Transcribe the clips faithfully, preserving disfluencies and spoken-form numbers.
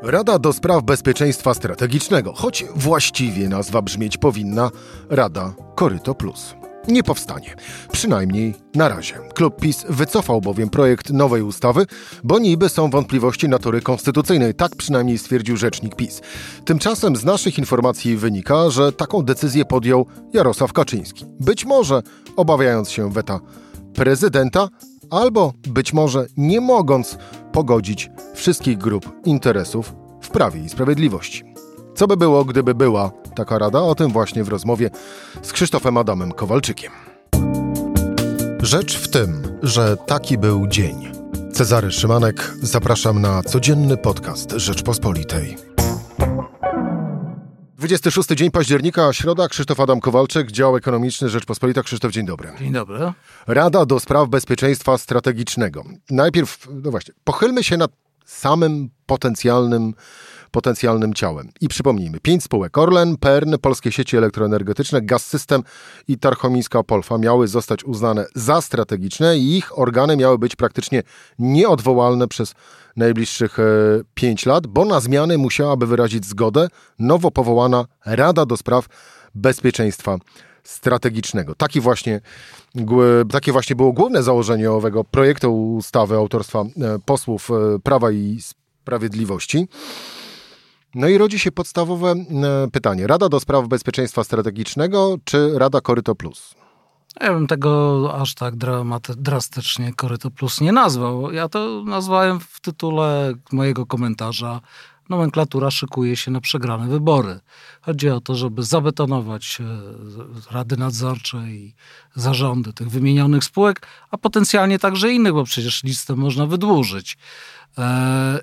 Rada do Spraw Bezpieczeństwa Strategicznego, choć właściwie nazwa brzmieć powinna Rada Koryto Plus. Nie powstanie. Przynajmniej na razie. Klub PiS wycofał bowiem projekt nowej ustawy, bo niby są wątpliwości natury konstytucyjnej. Tak przynajmniej stwierdził rzecznik PiS. Tymczasem z naszych informacji wynika, że taką decyzję podjął Jarosław Kaczyński. Być może obawiając się weta prezydenta, albo być może nie mogąc pogodzić wszystkich grup interesów w Prawie i Sprawiedliwości. Co by było, gdyby była taka rada? O tym właśnie w rozmowie z Krzysztofem Adamem Kowalczykiem. Rzecz w tym, że taki był dzień. Cezary Szymanek, zapraszam na codzienny podcast Rzeczpospolitej. dwudziesty szósty dzień października, środa, Krzysztof Adam Kowalczyk, dział ekonomiczny Rzeczpospolita. Krzysztof, dzień dobry. Dzień dobry. Rada do Spraw Bezpieczeństwa Strategicznego. Najpierw, no właśnie, pochylmy się nad samym potencjalnym potencjalnym ciałem. I przypomnijmy, pięć spółek: Orlen, P E R N, Polskie Sieci Elektroenergetyczne, Gaz-System i Tarchomińska Polfa miały zostać uznane za strategiczne i ich organy miały być praktycznie nieodwołalne przez najbliższych e, pięć lat, bo na zmiany musiałaby wyrazić zgodę nowo powołana Rada do Spraw Bezpieczeństwa Strategicznego. Taki właśnie, takie właśnie było główne założenie owego projektu ustawy autorstwa e, posłów e, Prawa i Sprawiedliwości. No i rodzi się podstawowe e, pytanie. Rada do Spraw Bezpieczeństwa Strategicznego czy Rada Koryto Plus? Ja bym tego aż tak dramaty- drastycznie Koryto Plus nie nazwał. Ja to nazwałem w tytule mojego komentarza: nomenklatura szykuje się na przegrane wybory. Chodzi o to, żeby zabetonować rady nadzorcze i zarządy tych wymienionych spółek, a potencjalnie także innych, bo przecież listę można wydłużyć. E-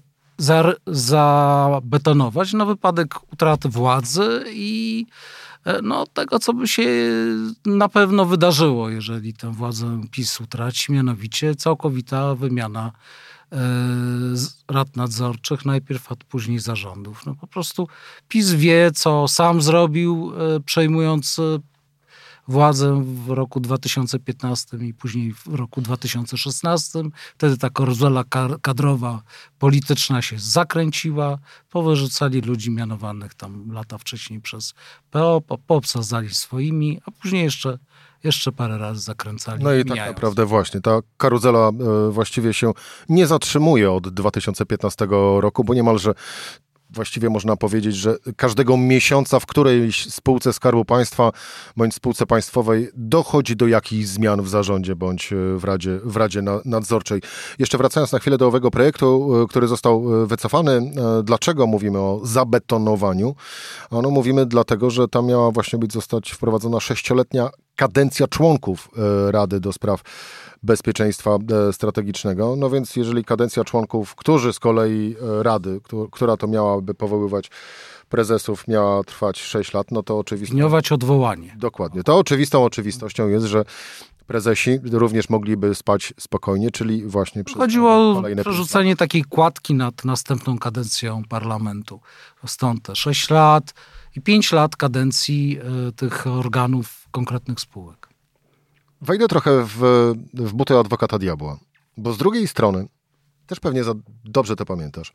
zabetonować na wypadek utraty władzy i no, tego, co by się na pewno wydarzyło, jeżeli tę władzę PiS utraci, mianowicie całkowita wymiana e, rad nadzorczych, najpierw, a później zarządów. No, po prostu PiS wie, co sam zrobił, e, przejmując władzę w roku dwa tysiące piętnastym i później w roku dwa tysiące szesnastym. Wtedy ta karuzela kadrowa, polityczna się zakręciła. Powyrzucali ludzi mianowanych tam lata wcześniej przez P O, poobsadzali swoimi, a później jeszcze, jeszcze parę razy zakręcali. No i tak naprawdę właśnie ta karuzela e, właściwie się nie zatrzymuje od dwa tysiące piętnastego roku, bo niemalże właściwie można powiedzieć, że każdego miesiąca w którejś spółce Skarbu Państwa bądź spółce państwowej dochodzi do jakichś zmian w zarządzie bądź w Radzie, w Radzie Nadzorczej. Jeszcze wracając na chwilę do owego projektu, który został wycofany. Dlaczego mówimy o zabetonowaniu? Ano mówimy dlatego, że tam miała właśnie być zostać wprowadzona sześcioletnia kadencja członków Rady do Spraw Bezpieczeństwa Strategicznego. No więc jeżeli kadencja członków, którzy z kolei Rady, która to miałaby powoływać prezesów, miała trwać sześć lat, no to oczywiście... Dniować odwołanie. Dokładnie. To oczywistą oczywistością jest, że prezesi również mogliby spać spokojnie, czyli właśnie... Przez Chodziło o przerzucenie takiej kładki nad następną kadencją parlamentu. Stąd te sześć lat i pięć lat kadencji y, tych organów konkretnych spółek. Wejdę trochę w, w buty adwokata diabła, bo z drugiej strony, też pewnie za dobrze to pamiętasz,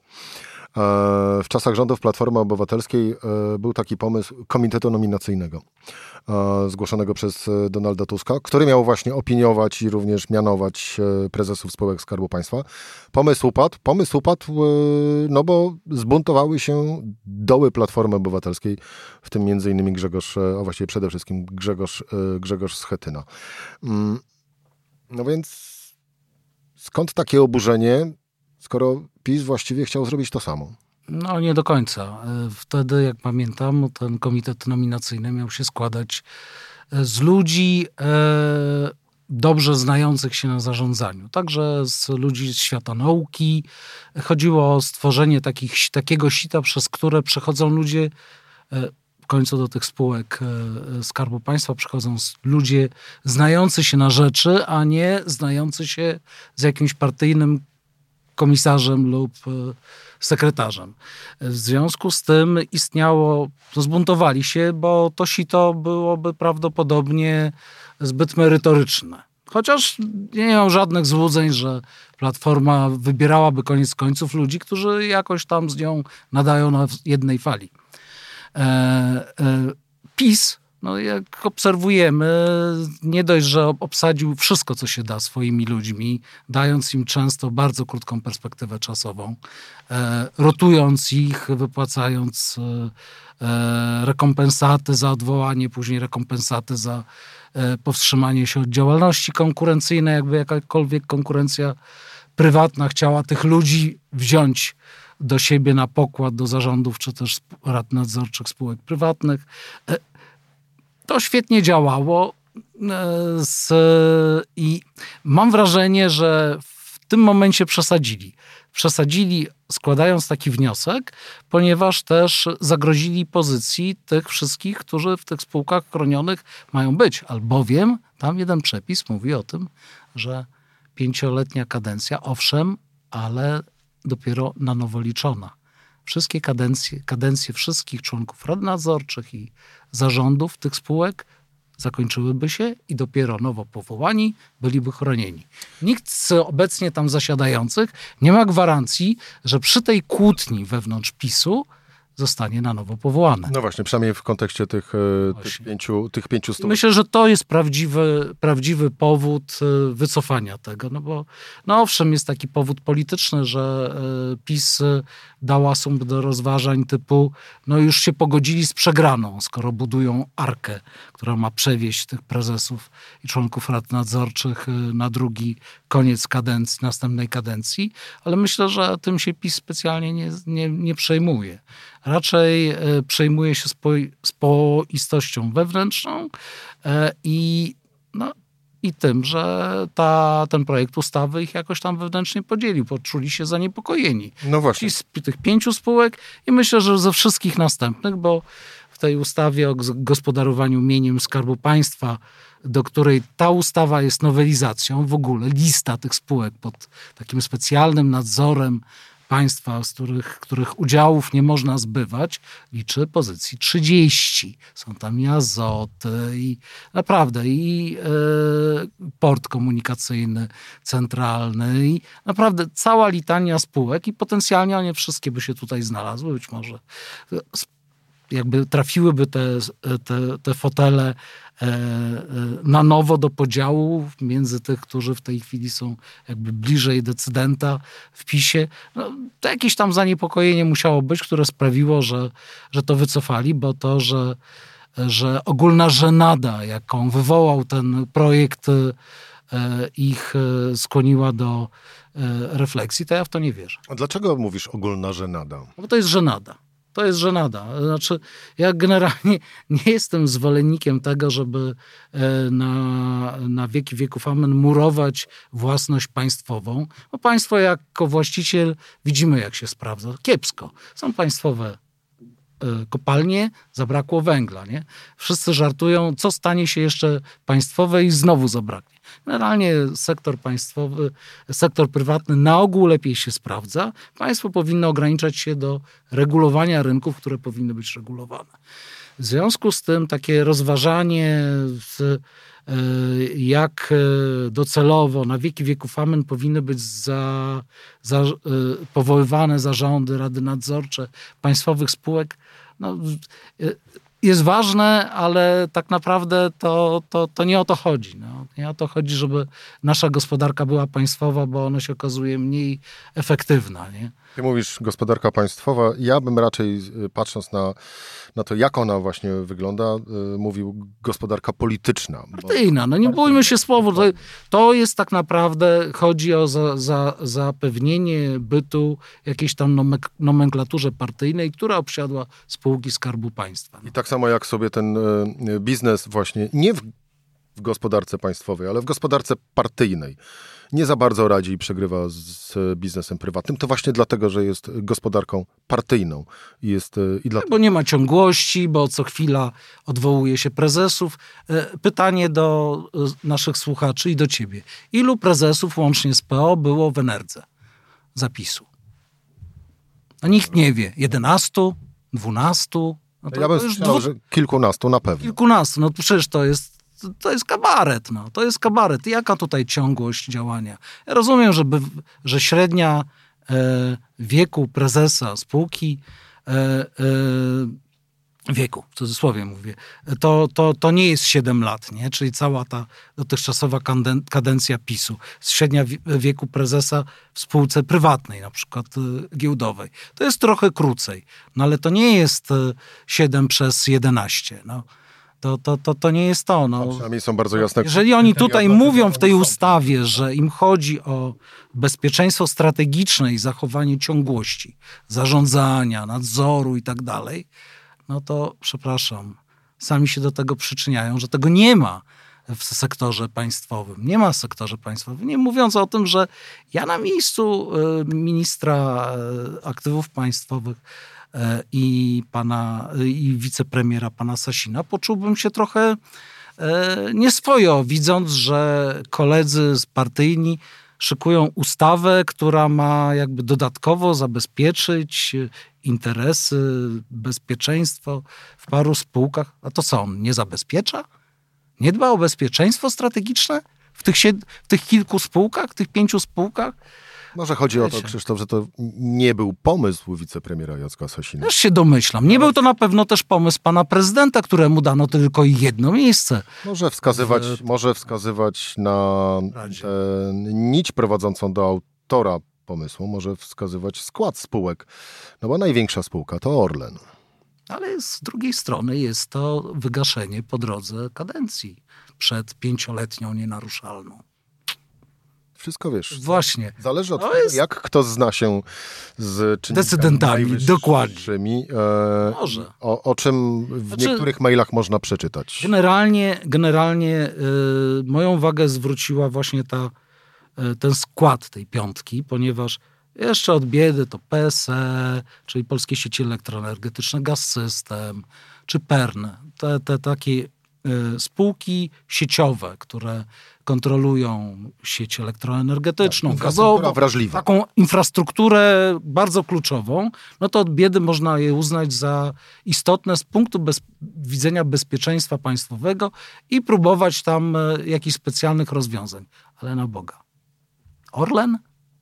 w czasach rządów Platformy Obywatelskiej był taki pomysł komitetu nominacyjnego zgłoszonego przez Donalda Tuska, który miał właśnie opiniować i również mianować prezesów spółek Skarbu Państwa. Pomysł upadł, pomysł upadł, no bo zbuntowały się doły Platformy Obywatelskiej, w tym między innymi Grzegorz, a właściwie przede wszystkim Grzegorz, Grzegorz Schetyna. No więc skąd takie oburzenie, skoro PiS właściwie chciał zrobić to samo? No nie do końca. Wtedy, jak pamiętam, ten komitet nominacyjny miał się składać z ludzi e, dobrze znających się na zarządzaniu. Także z ludzi z świata nauki. Chodziło o stworzenie takich, takiego sita, przez które przechodzą ludzie, e, w końcu do tych spółek e, Skarbu Państwa przychodzą ludzie znający się na rzeczy, a nie znający się z jakimś partyjnym komisarzem lub sekretarzem. W związku z tym istniało, to zbuntowali się, bo to sito byłoby prawdopodobnie zbyt merytoryczne. Chociaż nie mam żadnych złudzeń, że Platforma wybierałaby koniec końców ludzi, którzy jakoś tam z nią nadają na jednej fali. E, e, PiS, no jak obserwujemy, nie dość, że obsadził wszystko, co się da swoimi ludźmi, dając im często bardzo krótką perspektywę czasową, e, rotując ich, wypłacając e, rekompensaty za odwołanie, później rekompensaty za e, powstrzymanie się od działalności konkurencyjnej, jakby jakakolwiek konkurencja prywatna chciała tych ludzi wziąć do siebie na pokład, do zarządów czy też rad nadzorczych spółek prywatnych. E, To świetnie działało z, i mam wrażenie, że w tym momencie przesadzili. Przesadzili, składając taki wniosek, ponieważ też zagrozili pozycji tych wszystkich, którzy w tych spółkach chronionych mają być. Albowiem tam jeden przepis mówi o tym, że pięcioletnia kadencja, owszem, ale dopiero na nowo liczona. Wszystkie kadencje, kadencje wszystkich członków rad nadzorczych i zarządów tych spółek zakończyłyby się i dopiero nowo powołani byliby chronieni. Nikt z obecnie tam zasiadających nie ma gwarancji, że przy tej kłótni wewnątrz PiSu zostanie na nowo powołane. No właśnie, przynajmniej w kontekście tych, tych pięciu, tych pięciu stóp. Myślę, że to jest prawdziwy, prawdziwy powód wycofania tego, no bo no owszem, jest taki powód polityczny, że PiS dał asumpt do rozważań typu, no już się pogodzili z przegraną, skoro budują arkę, która ma przewieźć tych prezesów i członków rad nadzorczych na drugi koniec kadencji, następnej kadencji, ale myślę, że tym się PiS specjalnie nie, nie, nie przejmuje. Raczej przejmuje się spo, spoistością wewnętrzną i, no, i tym, że ta, ten projekt ustawy ich jakoś tam wewnętrznie podzielił, poczuli się zaniepokojeni. No właśnie. Ci z tych pięciu spółek i myślę, że ze wszystkich następnych, bo w tej ustawie o gospodarowaniu mieniem Skarbu Państwa, do której ta ustawa jest nowelizacją, w ogóle lista tych spółek pod takim specjalnym nadzorem państwa, z których, których udziałów nie można zbywać, liczy pozycji trzydzieści. Są tam i Azoty, i naprawdę, i e, port komunikacyjny centralny, i naprawdę cała litania spółek i potencjalnie one wszystkie by się tutaj znalazły, być może jakby trafiłyby te, te, te fotele na nowo do podziału między tych, którzy w tej chwili są jakby bliżej decydenta w PiSie. No, to jakieś tam zaniepokojenie musiało być, które sprawiło, że, że to wycofali, bo to, że, że ogólna żenada, jaką wywołał ten projekt, ich skłoniła do refleksji, to ja w to nie wierzę. A dlaczego mówisz ogólna żenada? Bo to jest żenada. To jest żenada. Znaczy, ja generalnie nie jestem zwolennikiem tego, żeby na, na wieki wieków amen murować własność państwową. Bo państwo jako właściciel widzimy, jak się sprawdza. Kiepsko. Są państwowe kopalnie, zabrakło węgla. Nie? Wszyscy żartują, co stanie się jeszcze państwowe i znowu zabraknie. Generalnie sektor państwowy, sektor prywatny na ogół lepiej się sprawdza. Państwo powinno ograniczać się do regulowania rynków, które powinny być regulowane. W związku z tym takie rozważanie, jak docelowo na wieki wieków amen powinny być za, za, powoływane zarządy, rady nadzorcze państwowych spółek, no, jest ważne, ale tak naprawdę to, to, to nie o to chodzi. No. Nie o to chodzi, żeby nasza gospodarka była państwowa, bo ona się okazuje mniej efektywna. Nie? Ty mówisz gospodarka państwowa. Ja bym raczej, patrząc na, na to, jak ona właśnie wygląda, mówił gospodarka polityczna. Partyjna. No nie bójmy się słowa. To, to jest tak naprawdę, chodzi o za, za, zapewnienie bytu jakiejś tam nomenklaturze partyjnej, która obsiadła spółki Skarbu Państwa. I tak samo jak sobie ten biznes właśnie, nie w, w gospodarce państwowej, ale w gospodarce partyjnej, nie za bardzo radzi i przegrywa z biznesem prywatnym. To właśnie dlatego, że jest gospodarką partyjną. I jest, i dla... Bo nie ma ciągłości, bo co chwila odwołuje się prezesów. Pytanie do naszych słuchaczy i do ciebie. Ilu prezesów łącznie z P O było w Enerdze zapisu? No nikt nie wie. Jedenastu? Dwunastu? No to, ja bym to już strzelał, dwu... że kilkunastu na pewno. Kilkunastu. No przecież to jest to jest kabaret, no. To jest kabaret. Jaka tutaj ciągłość działania? Ja rozumiem, że, by, że średnia e, wieku prezesa spółki e, e, wieku, w cudzysłowie mówię, to, to, to nie jest siedem lat, nie? Czyli cała ta dotychczasowa kadencja PiSu. Średnia wieku prezesa w spółce prywatnej, na przykład giełdowej. To jest trochę krócej, no ale to nie jest siedem przez jedenaście, no. To, to, to, to nie jest to. No. Przynajmniej są bardzo jasne. Jeżeli oni tutaj mówią w tej ustawie, że im chodzi o bezpieczeństwo strategiczne i zachowanie ciągłości, zarządzania, nadzoru i tak dalej, no to przepraszam, sami się do tego przyczyniają, że tego nie ma w sektorze państwowym. Nie ma w sektorze państwowym. Nie mówiąc o tym, że ja na miejscu ministra aktywów państwowych i pana, i wicepremiera pana Sasina poczułbym się trochę nieswojo, widząc, że koledzy z partyjni szykują ustawę, która ma jakby dodatkowo zabezpieczyć interesy, bezpieczeństwo w paru spółkach. A to co, on nie zabezpiecza? Nie dba o bezpieczeństwo strategiczne w tych, w tych kilku spółkach, w tych pięciu spółkach? Może chodzi o to, Krzysztof, że to nie był pomysł wicepremiera Jacka Sasina. Też się domyślam. Nie był to na pewno też pomysł pana prezydenta, któremu dano tylko jedno miejsce. Może wskazywać, w... może wskazywać na tę nić prowadzącą do autora pomysłu, może wskazywać skład spółek. No bo największa spółka to Orlen. Ale z drugiej strony jest to wygaszenie po drodze kadencji przed pięcioletnią nienaruszalną. Wszystko wiesz. Właśnie. Zależy od tego, jest... jak kto zna się z decydentami, dokładnie. E, Może. O, o czym w znaczy, niektórych mailach można przeczytać. Generalnie, generalnie y, moją uwagę zwróciła właśnie ta, y, ten skład tej piątki, ponieważ jeszcze od biedy to P S E, czyli Polskie Sieci Elektroenergetyczne, Gaz-System, czy P E R N. Te, te takie y, spółki sieciowe, które kontrolują sieć elektroenergetyczną, tak, gazową, wrażliwa. Taką infrastrukturę bardzo kluczową, no to od biedy można je uznać za istotne z punktu bez, widzenia bezpieczeństwa państwowego i próbować tam jakichś specjalnych rozwiązań. Ale na Boga. Orlen?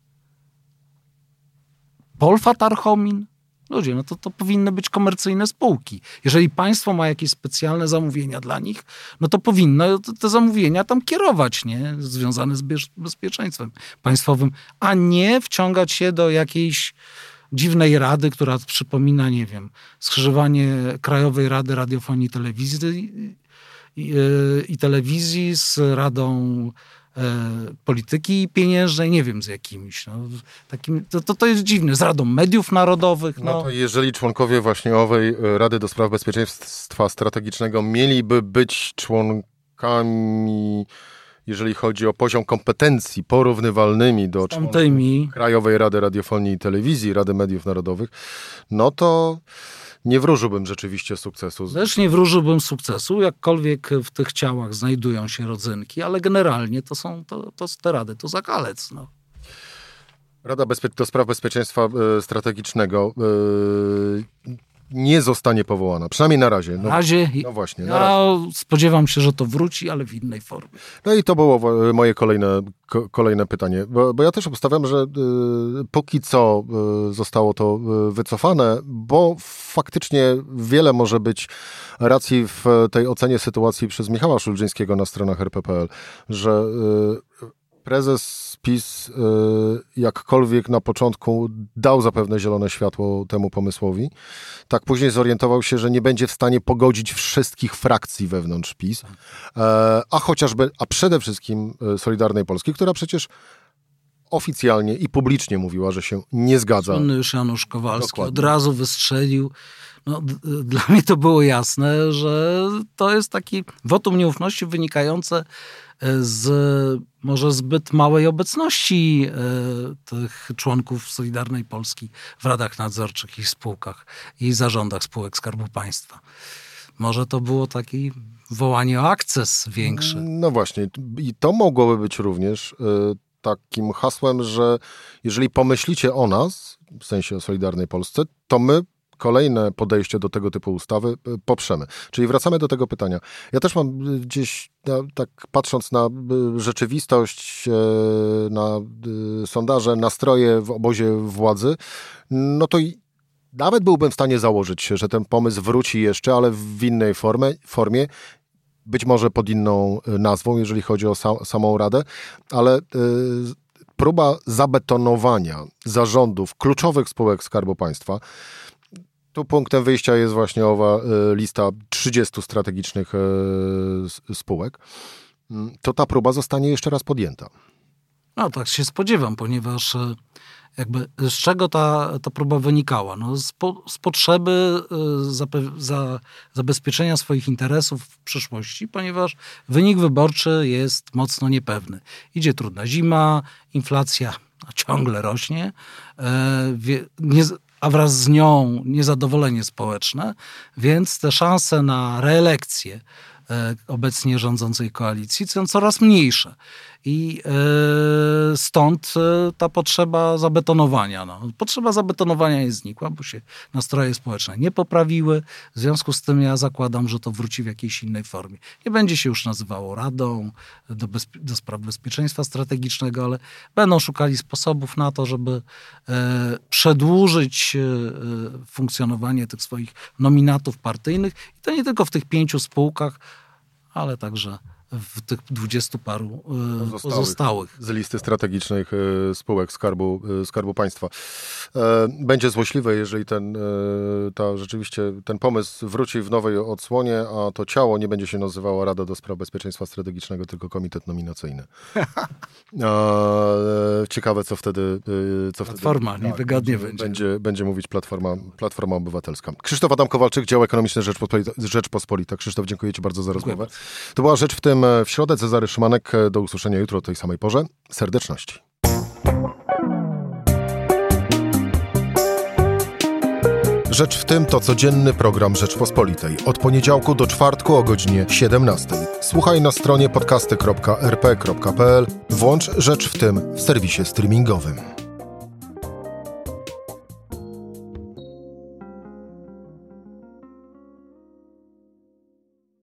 Polfa Tarchomin? Ludzie, no to, to powinny być komercyjne spółki. Jeżeli państwo ma jakieś specjalne zamówienia dla nich, no to powinno te zamówienia tam kierować, nie? Związane z bezpieczeństwem państwowym, a nie wciągać się do jakiejś dziwnej rady, która przypomina, nie wiem, skrzyżowanie Krajowej Rady Radiofonii i Telewizji i, i, i telewizji z Radą polityki pieniężnej, nie wiem z jakimiś. No, takim, to, to, to jest dziwne. Z Radą Mediów Narodowych. No. no to jeżeli członkowie właśnie owej Rady do Spraw Bezpieczeństwa Strategicznego mieliby być członkami, jeżeli chodzi o poziom kompetencji porównywalnymi do członków Krajowej Rady Radiofonii i Telewizji, Rady Mediów Narodowych, no to nie wróżyłbym rzeczywiście sukcesu. Też nie wróżyłbym sukcesu, jakkolwiek w tych ciałach znajdują się rodzynki, ale generalnie to są to, to te rady, to zakalec. No. Rada Bezpie- do Spraw Bezpieczeństwa y, Strategicznego y, nie zostanie powołana, przynajmniej na razie. No, na razie, no właśnie. Ja na razie. spodziewam się, że to wróci, ale w innej formie. No i to było moje kolejne, ko, kolejne pytanie, bo, bo ja też obstawiam, że y, póki co y, zostało to y, wycofane, bo faktycznie wiele może być racji w tej ocenie sytuacji przez Michała Szulżyńskiego na stronach er pe pe el, że y, prezes PiS y, jakkolwiek na początku dał zapewne zielone światło temu pomysłowi, tak później zorientował się, że nie będzie w stanie pogodzić wszystkich frakcji wewnątrz PiS, e, a chociażby, a przede wszystkim Solidarnej Polski, która przecież oficjalnie i publicznie mówiła, że się nie zgadza. Słynny już Janusz Kowalski Dokładnie. Od razu wystrzelił. No, d- dla mnie to było jasne, że to jest taki wotum nieufności wynikające z może zbyt małej obecności e, tych członków Solidarnej Polski w radach nadzorczych i spółkach i zarządach spółek Skarbu Państwa. Może to było takie wołanie o akces większy. No właśnie. I to mogłoby być również e, takim hasłem, że jeżeli pomyślicie o nas, w sensie o Solidarnej Polsce, to my kolejne podejście do tego typu ustawy poprzemy. Czyli wracamy do tego pytania. Ja też mam gdzieś, tak patrząc na rzeczywistość, na sondaże, nastroje w obozie władzy, no to i nawet byłbym w stanie założyć, że ten pomysł wróci jeszcze, ale w innej formie, formie być może pod inną nazwą, jeżeli chodzi o sam, samą Radę, ale y, próba zabetonowania zarządów kluczowych spółek Skarbu Państwa. Tu punktem wyjścia jest właśnie owa y, lista trzydziestu strategicznych y, spółek. To ta próba zostanie jeszcze raz podjęta. No tak się spodziewam, ponieważ jakby z czego ta, ta próba wynikała? No z, po, z potrzeby zape- za, zabezpieczenia swoich interesów w przyszłości, ponieważ wynik wyborczy jest mocno niepewny. Idzie trudna zima, inflacja ciągle rośnie, e, wie, nie, a wraz z nią niezadowolenie społeczne, więc te szanse na reelekcję e, obecnie rządzącej koalicji są coraz mniejsze. I e, stąd e, ta potrzeba zabetonowania. No. Potrzeba zabetonowania jest znikła, bo się nastroje społeczne nie poprawiły. W związku z tym ja zakładam, że to wróci w jakiejś innej formie. Nie będzie się już nazywało Radą do, bezpie- do spraw bezpieczeństwa strategicznego, ale będą szukali sposobów na to, żeby e, przedłużyć e, funkcjonowanie tych swoich nominatów partyjnych. I to nie tylko w tych pięciu spółkach, ale także w tych dwudziestu paru pozostałych. pozostałych. Z listy strategicznych spółek Skarbu, Skarbu Państwa. Będzie złośliwe, jeżeli ten, ta, rzeczywiście ten pomysł wróci w nowej odsłonie, a to ciało nie będzie się nazywało Rada do Spraw Bezpieczeństwa Strategicznego, tylko Komitet Nominacyjny. Ciekawe, co wtedy... Co Platforma, wtedy, niewygodnie tak, będzie. będzie. Będzie mówić Platforma, Platforma Obywatelska. Krzysztof Adam Kowalczyk, dział ekonomiczny Rzeczpospolita. Rzeczpospolita. Krzysztof, dziękuję Ci bardzo za rozmowę. To była Rzecz w tym w środę. Cezary Szymanek. Do usłyszenia jutro o tej samej porze. Serdeczności. Rzecz w tym to codzienny program Rzeczpospolitej. Od poniedziałku do czwartku o godzinie siedemnastej. Słuchaj na stronie podcasty kropka er pe kropka pe el. Włącz Rzecz w tym w serwisie streamingowym.